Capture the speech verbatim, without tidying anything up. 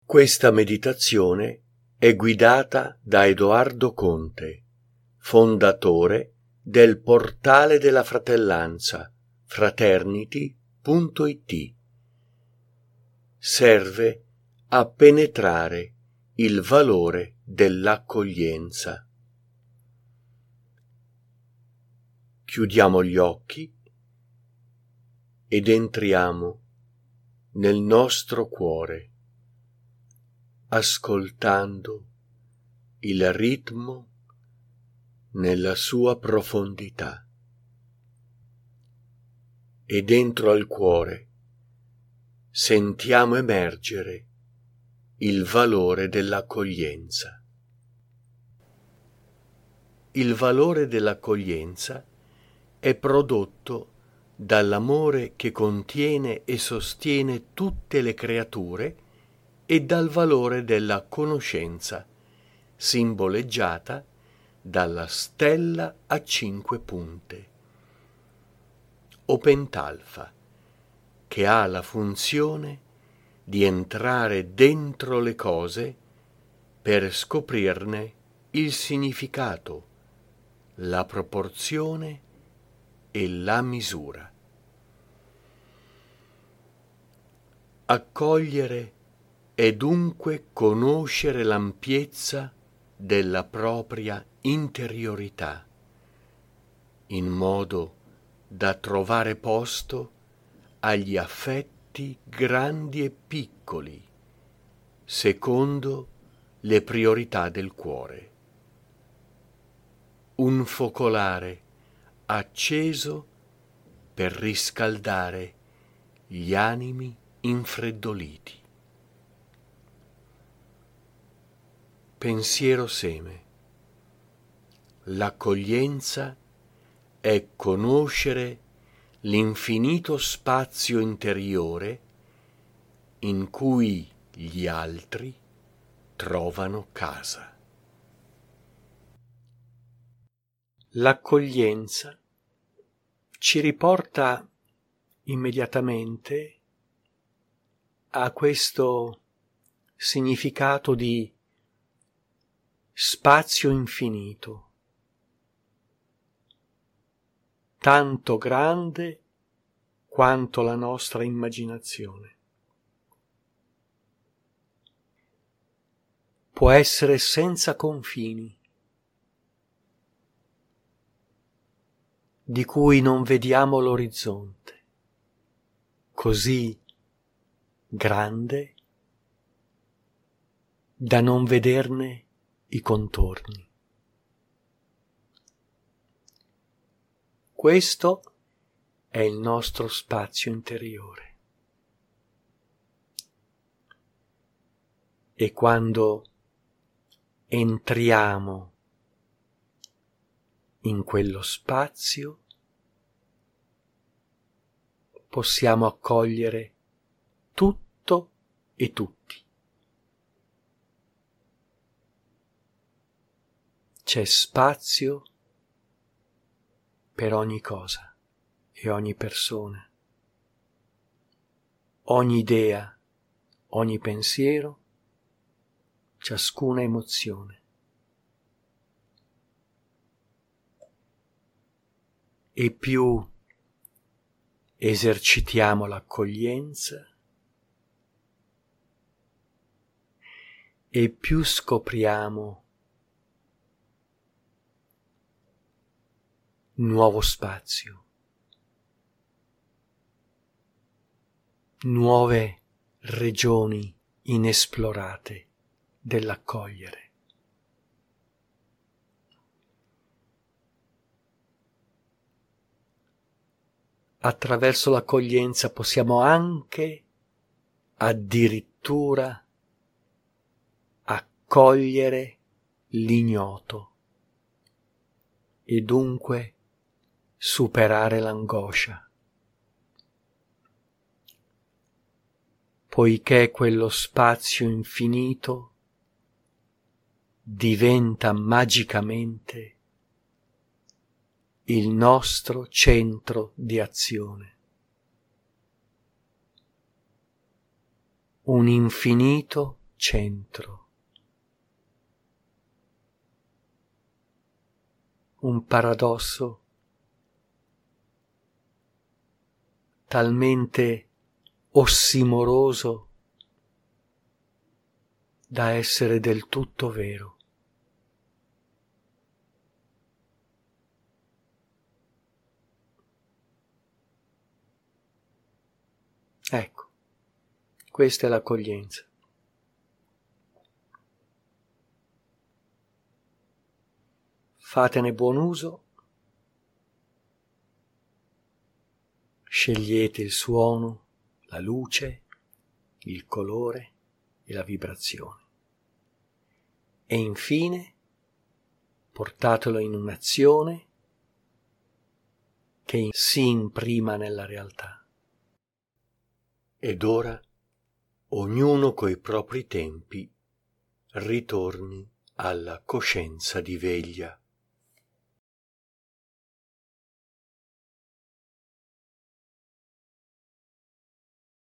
Questa meditazione è guidata da Edoardo Conte, fondatore del portale della fratellanza fraternity punto it. Serve a penetrare il valore dell'accoglienza. Chiudiamo gli occhi ed entriamo nel nostro cuore, ascoltando il ritmo nella sua profondità. E dentro al cuore sentiamo emergere il valore dell'accoglienza. Il valore dell'accoglienza è prodotto dall'amore che contiene e sostiene tutte le creature e dal valore della conoscenza, simboleggiata dalla stella a cinque punte, o pentalfa, che ha la funzione di entrare dentro le cose per scoprirne il significato, la proporzione e la misura. Accogliere è dunque conoscere l'ampiezza della propria interiorità, in modo da trovare posto agli affetti grandi e piccoli, secondo le priorità del cuore. Un focolare acceso per riscaldare gli animi infreddoliti. Pensiero seme. L'accoglienza è conoscere l'infinito spazio interiore in cui gli altri trovano casa. L'accoglienza ci riporta immediatamente a questo significato di spazio infinito, tanto grande quanto la nostra immaginazione. Può essere senza confini, di cui non vediamo l'orizzonte, così grande da non vederne i contorni. Questo è il nostro spazio interiore. E quando entriamo in quello spazio, possiamo accogliere tutto e tutti. C'è spazio per ogni cosa e ogni persona, ogni idea, ogni pensiero, ciascuna emozione. E più esercitiamo l'accoglienza, e più scopriamo nuovo spazio, nuove regioni inesplorate dell'accogliere. Attraverso l'accoglienza possiamo anche addirittura accogliere l'ignoto e dunque superare l'angoscia, poiché quello spazio infinito diventa magicamente il nostro centro di azione. Un infinito centro, un paradosso talmente ossimoroso da essere del tutto vero. Ecco, questa è l'accoglienza. Fatene buon uso, scegliete il suono, la luce, il colore e la vibrazione. E infine portatelo in un'azione che si imprima nella realtà. Ed ora, ognuno coi propri tempi, ritorni alla coscienza di veglia.